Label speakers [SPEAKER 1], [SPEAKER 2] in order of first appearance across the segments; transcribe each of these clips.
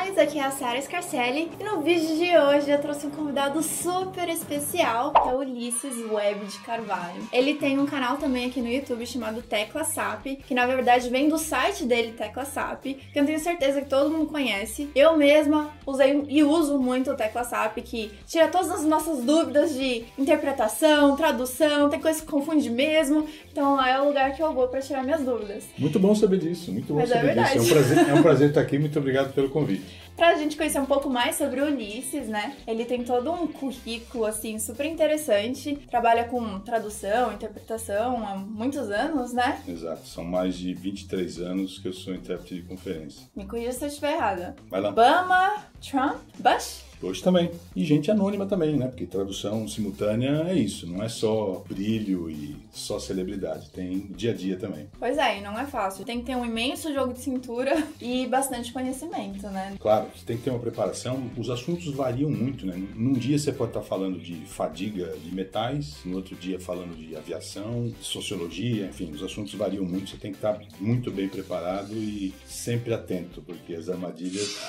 [SPEAKER 1] Boys, aqui é a Sarah Scarcelli e no vídeo de hoje eu trouxe um convidado super especial, que é o Ulisses Web de Carvalho. Ele tem um canal também aqui no YouTube chamado Tecla SAP, que na verdade vem do site dele, Tecla SAP, que eu tenho certeza que todo mundo conhece. Eu mesma usei e uso muito o Tecla SAP, que tira todas as nossas dúvidas de interpretação, tradução, tem coisa que confunde mesmo, então lá é o lugar que eu vou pra tirar minhas dúvidas.
[SPEAKER 2] Muito bom saber disso, muito bom
[SPEAKER 1] Mas
[SPEAKER 2] saber disso. É um prazer estar aqui, muito obrigado pelo convite.
[SPEAKER 1] Pra gente conhecer um pouco mais sobre o Ulisses, né? Ele tem todo um currículo, assim, super interessante. Trabalha com tradução, interpretação há muitos anos, né?
[SPEAKER 2] Exato, são mais de 23 anos que eu sou intérprete de conferência.
[SPEAKER 1] Me corrija se eu estiver errada.
[SPEAKER 2] Vai lá.
[SPEAKER 1] Obama, Trump, Bush?
[SPEAKER 2] Hoje também. E gente anônima também, né? Porque tradução simultânea é isso, não é só brilho e só celebridade, tem dia a dia também.
[SPEAKER 1] Pois é, e não é fácil. Tem que ter um imenso jogo de cintura e bastante conhecimento, né?
[SPEAKER 2] Claro, você tem que ter uma preparação. Os assuntos variam muito, né? Num dia você pode estar falando de fadiga de metais, no outro dia falando de aviação, de sociologia, enfim, os assuntos variam muito. Você tem que estar muito bem preparado e sempre atento, porque as armadilhas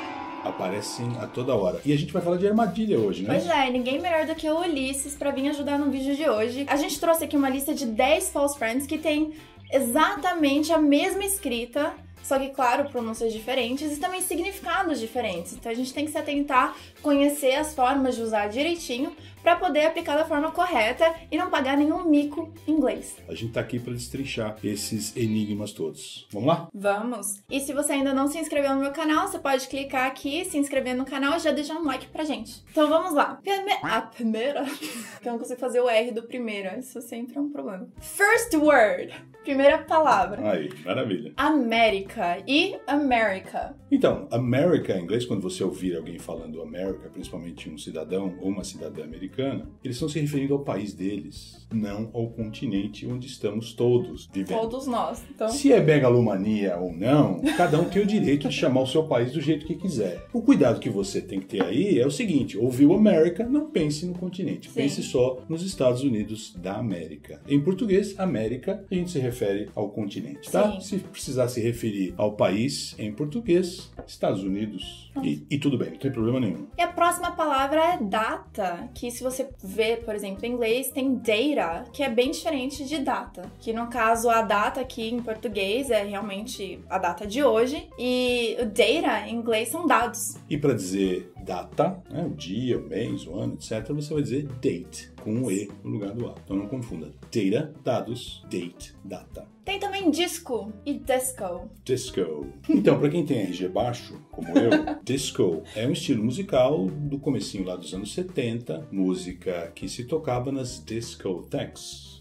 [SPEAKER 2] aparecem a toda hora. E a gente vai falar de armadilha hoje, né?
[SPEAKER 1] Pois é, ninguém melhor do que o Ulisses pra vir ajudar no vídeo de hoje. A gente trouxe aqui uma lista de 10 false friends que tem exatamente a mesma escrita, só que, claro, pronúncias diferentes e também significados diferentes. Então a gente tem que se atentar, conhecer as formas de usar direitinho para poder aplicar da forma correta e não pagar nenhum mico em inglês.
[SPEAKER 2] A gente tá aqui para destrinchar esses enigmas todos. Vamos lá?
[SPEAKER 1] Vamos! E se você ainda não se inscreveu no meu canal, você pode clicar aqui, se inscrever no canal e já deixar um like pra gente. Então vamos lá! A primeira... que eu não consigo fazer o R do primeiro, isso sempre é um problema. First word! Primeira palavra.
[SPEAKER 2] Aí, maravilha.
[SPEAKER 1] América e America.
[SPEAKER 2] Então, America, em inglês, quando você ouvir alguém falando America, principalmente um cidadão ou uma cidadã americana, eles estão se referindo ao país deles, não ao continente onde estamos todos vivendo.
[SPEAKER 1] Todos nós. Então...
[SPEAKER 2] Se é megalomania ou não, cada um tem o direito de chamar o seu país do jeito que quiser. O cuidado que você tem que ter aí é o seguinte: ouviu America, não pense no continente.
[SPEAKER 1] Sim.
[SPEAKER 2] Pense só nos Estados Unidos da América. Em português, América, a gente se refere ao continente, tá?
[SPEAKER 1] Sim.
[SPEAKER 2] Se precisar se referir ao país em português, Estados Unidos. E tudo bem, não tem problema nenhum.
[SPEAKER 1] E a próxima palavra é data, que se você vê, por exemplo, em inglês, tem data, que é bem diferente de data. Que no caso, a data aqui em português é realmente a data de hoje, e o data em inglês são dados.
[SPEAKER 2] E para dizer data, né, o dia, o mês, o ano, etc., você vai dizer date, com um E no lugar do A. Então não confunda. Data, dados, date, data.
[SPEAKER 1] Tem também disco e disco.
[SPEAKER 2] Disco. Então, para quem tem RG baixo, como eu, disco é um estilo musical do comecinho lá dos anos 70, música que se tocava nas discotheques.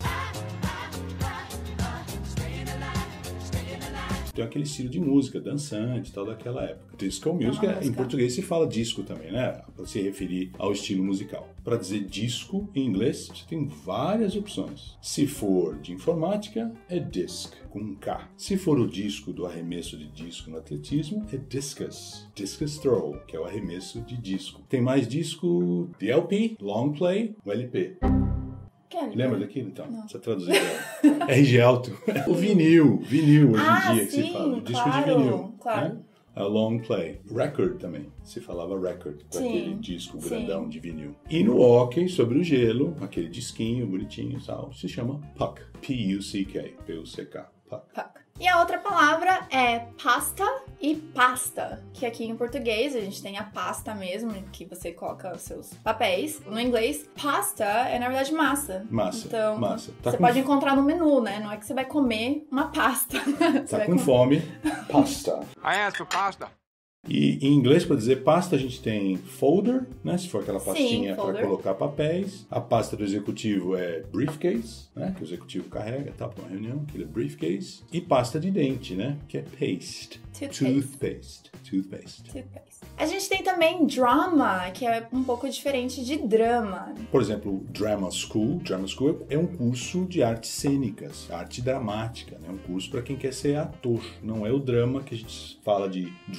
[SPEAKER 2] Então é aquele estilo de música dançante e tal daquela época. Disco music, em português se fala disco também, né? Para se referir ao estilo musical. Para dizer disco em inglês, você tem várias opções. Se for de informática, é disc, com um K. Se for o disco do arremesso de disco no atletismo, é discus. Discus throw, que é o arremesso de disco. Tem mais disco de LP, long play, o LP. Lembra daquilo, então?
[SPEAKER 1] Não.
[SPEAKER 2] Você traduziu. RG alto. O vinil hoje em dia que
[SPEAKER 1] sim,
[SPEAKER 2] se fala. O disco
[SPEAKER 1] claro,
[SPEAKER 2] de vinil.
[SPEAKER 1] claro.
[SPEAKER 2] Né? A long play. Record também. Se falava record, com
[SPEAKER 1] Sim,
[SPEAKER 2] aquele disco grandão
[SPEAKER 1] sim.
[SPEAKER 2] de vinil. E no hóquei, sobre o gelo, aquele disquinho bonitinho e tal, se chama puck. P-U-C-K. P-U-C-K. Puck.
[SPEAKER 1] Puck. E a outra palavra é pasta e pasta, que aqui em português a gente tem a pasta mesmo, que você coloca os seus papéis. No inglês, pasta é na verdade massa.
[SPEAKER 2] Massa.
[SPEAKER 1] Então,
[SPEAKER 2] massa. Tá
[SPEAKER 1] você
[SPEAKER 2] com...
[SPEAKER 1] pode encontrar no menu, né? Não é que você vai comer uma pasta. Você
[SPEAKER 2] Tá
[SPEAKER 1] vai
[SPEAKER 2] com fome. Pasta.
[SPEAKER 3] I asked for pasta.
[SPEAKER 2] E em inglês, para dizer pasta, a gente tem folder, né? Se for aquela pastinha para
[SPEAKER 1] folder.
[SPEAKER 2] colocar papéis. A pasta do executivo é briefcase, né? Que o executivo carrega, tá? Para uma reunião, aquele é briefcase. E pasta de dente, né? Que é paste. Toothpaste.
[SPEAKER 1] A gente tem também drama, que é um pouco diferente de drama.
[SPEAKER 2] Por exemplo, Drama School. Drama School é um curso de artes cênicas, arte dramática, né? Um curso para quem quer ser ator. Não é o drama que a gente fala de drama queen.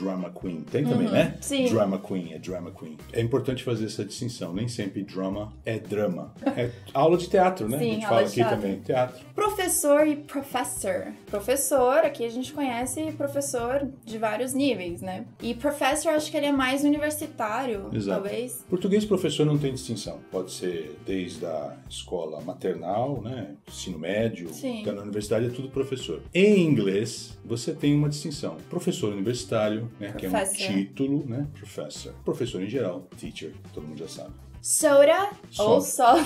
[SPEAKER 2] queen. Tem também, né?
[SPEAKER 1] Sim.
[SPEAKER 2] Drama queen é drama queen. É importante fazer essa distinção. Nem sempre drama é drama. É aula de teatro, né?
[SPEAKER 1] Sim,
[SPEAKER 2] a gente
[SPEAKER 1] aula
[SPEAKER 2] fala
[SPEAKER 1] de
[SPEAKER 2] aqui
[SPEAKER 1] teatro.
[SPEAKER 2] também. Teatro.
[SPEAKER 1] Professor e professor. Professor, aqui a gente conhece professor de vários níveis, né? E professor, acho que ele é mais universitário,
[SPEAKER 2] Exato.
[SPEAKER 1] talvez.
[SPEAKER 2] Português professor não tem distinção. Pode ser desde a escola maternal, né? Ensino médio,
[SPEAKER 1] Sim.
[SPEAKER 2] até na universidade é tudo professor. Em inglês, você tem uma distinção. Professor universitário, né? Que é um
[SPEAKER 1] Professor.
[SPEAKER 2] título, né? Professor. Professor em geral, teacher, todo mundo já sabe.
[SPEAKER 1] Soda ou soda.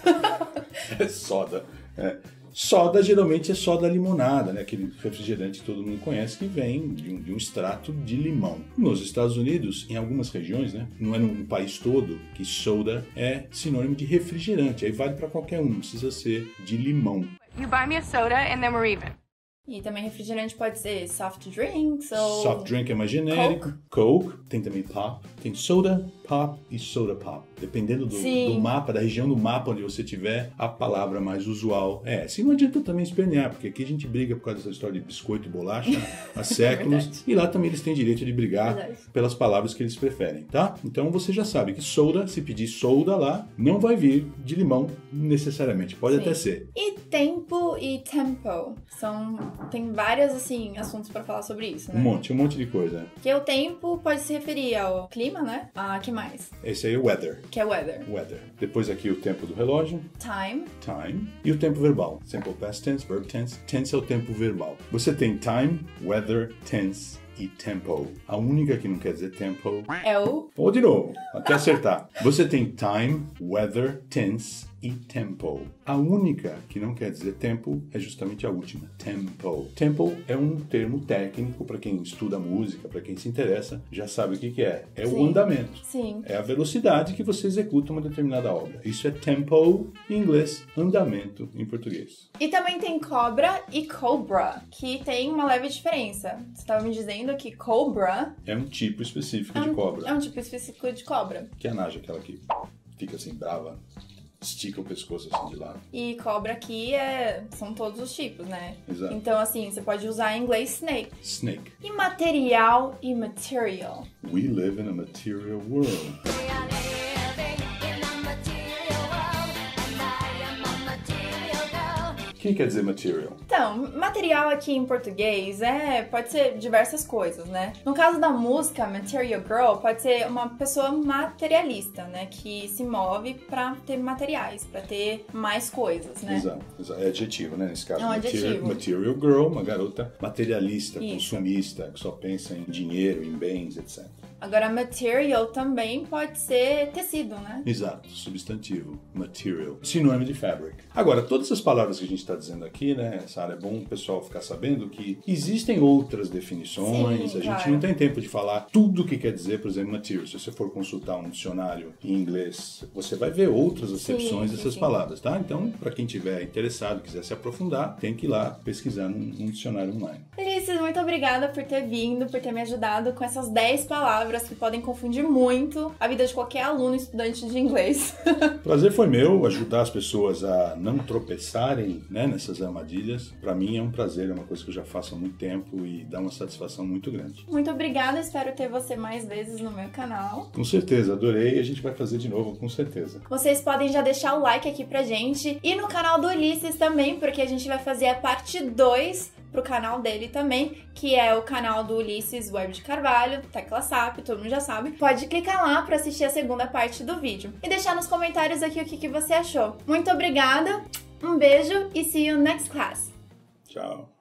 [SPEAKER 2] É soda. É. Soda geralmente é soda limonada, né? Aquele refrigerante que todo mundo conhece que vem de um extrato de limão. Nos Estados Unidos, em algumas regiões, né? Não é no país todo que soda é sinônimo de refrigerante. Aí vale para qualquer um, não precisa ser de limão.
[SPEAKER 3] You buy me a soda and then we're even.
[SPEAKER 1] E também refrigerante pode ser soft drinks ou...
[SPEAKER 2] Soft drink é mais genérico. Coke. Tem também pop. Tem soda, pop e soda pop. Dependendo do mapa, da região do mapa onde você tiver, a palavra mais usual é essa. E não adianta também espernear, porque aqui a gente briga por causa dessa história de biscoito e bolacha há séculos. E lá também eles têm direito de brigar pelas palavras que eles preferem, tá? Então você já sabe que soda, se pedir soda lá, não vai vir de limão necessariamente. Pode até ser.
[SPEAKER 1] E tempo e tempo tem vários, assim, assuntos pra falar sobre isso, né?
[SPEAKER 2] Um monte de coisa.
[SPEAKER 1] Porque o tempo pode se referir ao clima, né? Ah, que mais?
[SPEAKER 2] Esse aí é o weather.
[SPEAKER 1] Que é weather.
[SPEAKER 2] Weather. Depois aqui o tempo do relógio.
[SPEAKER 1] Time.
[SPEAKER 2] Time. E o tempo verbal. Simple past tense, verb tense. Tense é o tempo verbal. Você tem time, weather, tense e tempo. A única que não quer dizer tempo...
[SPEAKER 1] É o...
[SPEAKER 2] Ou de novo, até acertar. Você tem time, weather, tense e tempo. A única que não quer dizer tempo é justamente a última, tempo. Tempo é um termo técnico para quem estuda música, para quem se interessa, já sabe o que é. É o andamento.
[SPEAKER 1] Sim.
[SPEAKER 2] É a velocidade que você executa uma determinada obra. Isso é tempo em inglês, andamento em português.
[SPEAKER 1] E também tem cobra e cobra, que tem uma leve diferença. Você estava me dizendo que cobra...
[SPEAKER 2] É um tipo específico de cobra.
[SPEAKER 1] É um tipo específico de cobra.
[SPEAKER 2] Que é a Naja, aquela que fica assim, brava, estica o pescoço assim de lado.
[SPEAKER 1] E cobra aqui são todos os tipos, né?
[SPEAKER 2] Exato.
[SPEAKER 1] Então, assim, você pode usar em inglês snake.
[SPEAKER 2] Snake.
[SPEAKER 1] E material e material.
[SPEAKER 2] We live in a material world. O que quer dizer material?
[SPEAKER 1] Então, material aqui em português pode ser diversas coisas, né? No caso da música, Material Girl pode ser uma pessoa materialista, né? Que se move pra ter materiais, pra ter mais coisas, né?
[SPEAKER 2] Exato. É adjetivo, né? Nesse caso.
[SPEAKER 1] É um adjetivo.
[SPEAKER 2] Material Girl, uma garota materialista,
[SPEAKER 1] Isso.
[SPEAKER 2] consumista, que só pensa em dinheiro, em bens, etc.
[SPEAKER 1] Agora, material também pode ser tecido, né?
[SPEAKER 2] Exato, substantivo, material, sinônimo de fabric. Agora, todas essas palavras que a gente está dizendo aqui, né, Sara, é bom o pessoal ficar sabendo que existem outras definições,
[SPEAKER 1] Sim,
[SPEAKER 2] a gente
[SPEAKER 1] claro.
[SPEAKER 2] não tem tempo de falar tudo o que quer dizer, por exemplo, material. Se você for consultar um dicionário em inglês, você vai ver outras acepções dessas palavras, tá? Então, para quem tiver interessado, quiser se aprofundar, tem que ir lá pesquisar num dicionário online.
[SPEAKER 1] Ulisses, muito obrigada por ter vindo, por ter me ajudado com essas 10 palavras que podem confundir muito a vida de qualquer aluno estudante de inglês.
[SPEAKER 2] Prazer foi meu ajudar as pessoas a não tropeçarem, né, nessas armadilhas. Para mim é um prazer, é uma coisa que eu já faço há muito tempo e dá uma satisfação muito grande.
[SPEAKER 1] Muito obrigada, espero ter você mais vezes no meu canal.
[SPEAKER 2] Com certeza, adorei e a gente vai fazer de novo, com certeza.
[SPEAKER 1] Vocês podem já deixar o like aqui pra gente e no canal do Ulisses também, porque a gente vai fazer a parte 2 pro canal dele também, que é o canal do Ulisses Web de Carvalho, Tecla SAP, todo mundo já sabe. Pode clicar lá pra assistir a segunda parte do vídeo. E deixar nos comentários aqui o que você achou. Muito obrigada, um beijo e see you next class.
[SPEAKER 2] Tchau.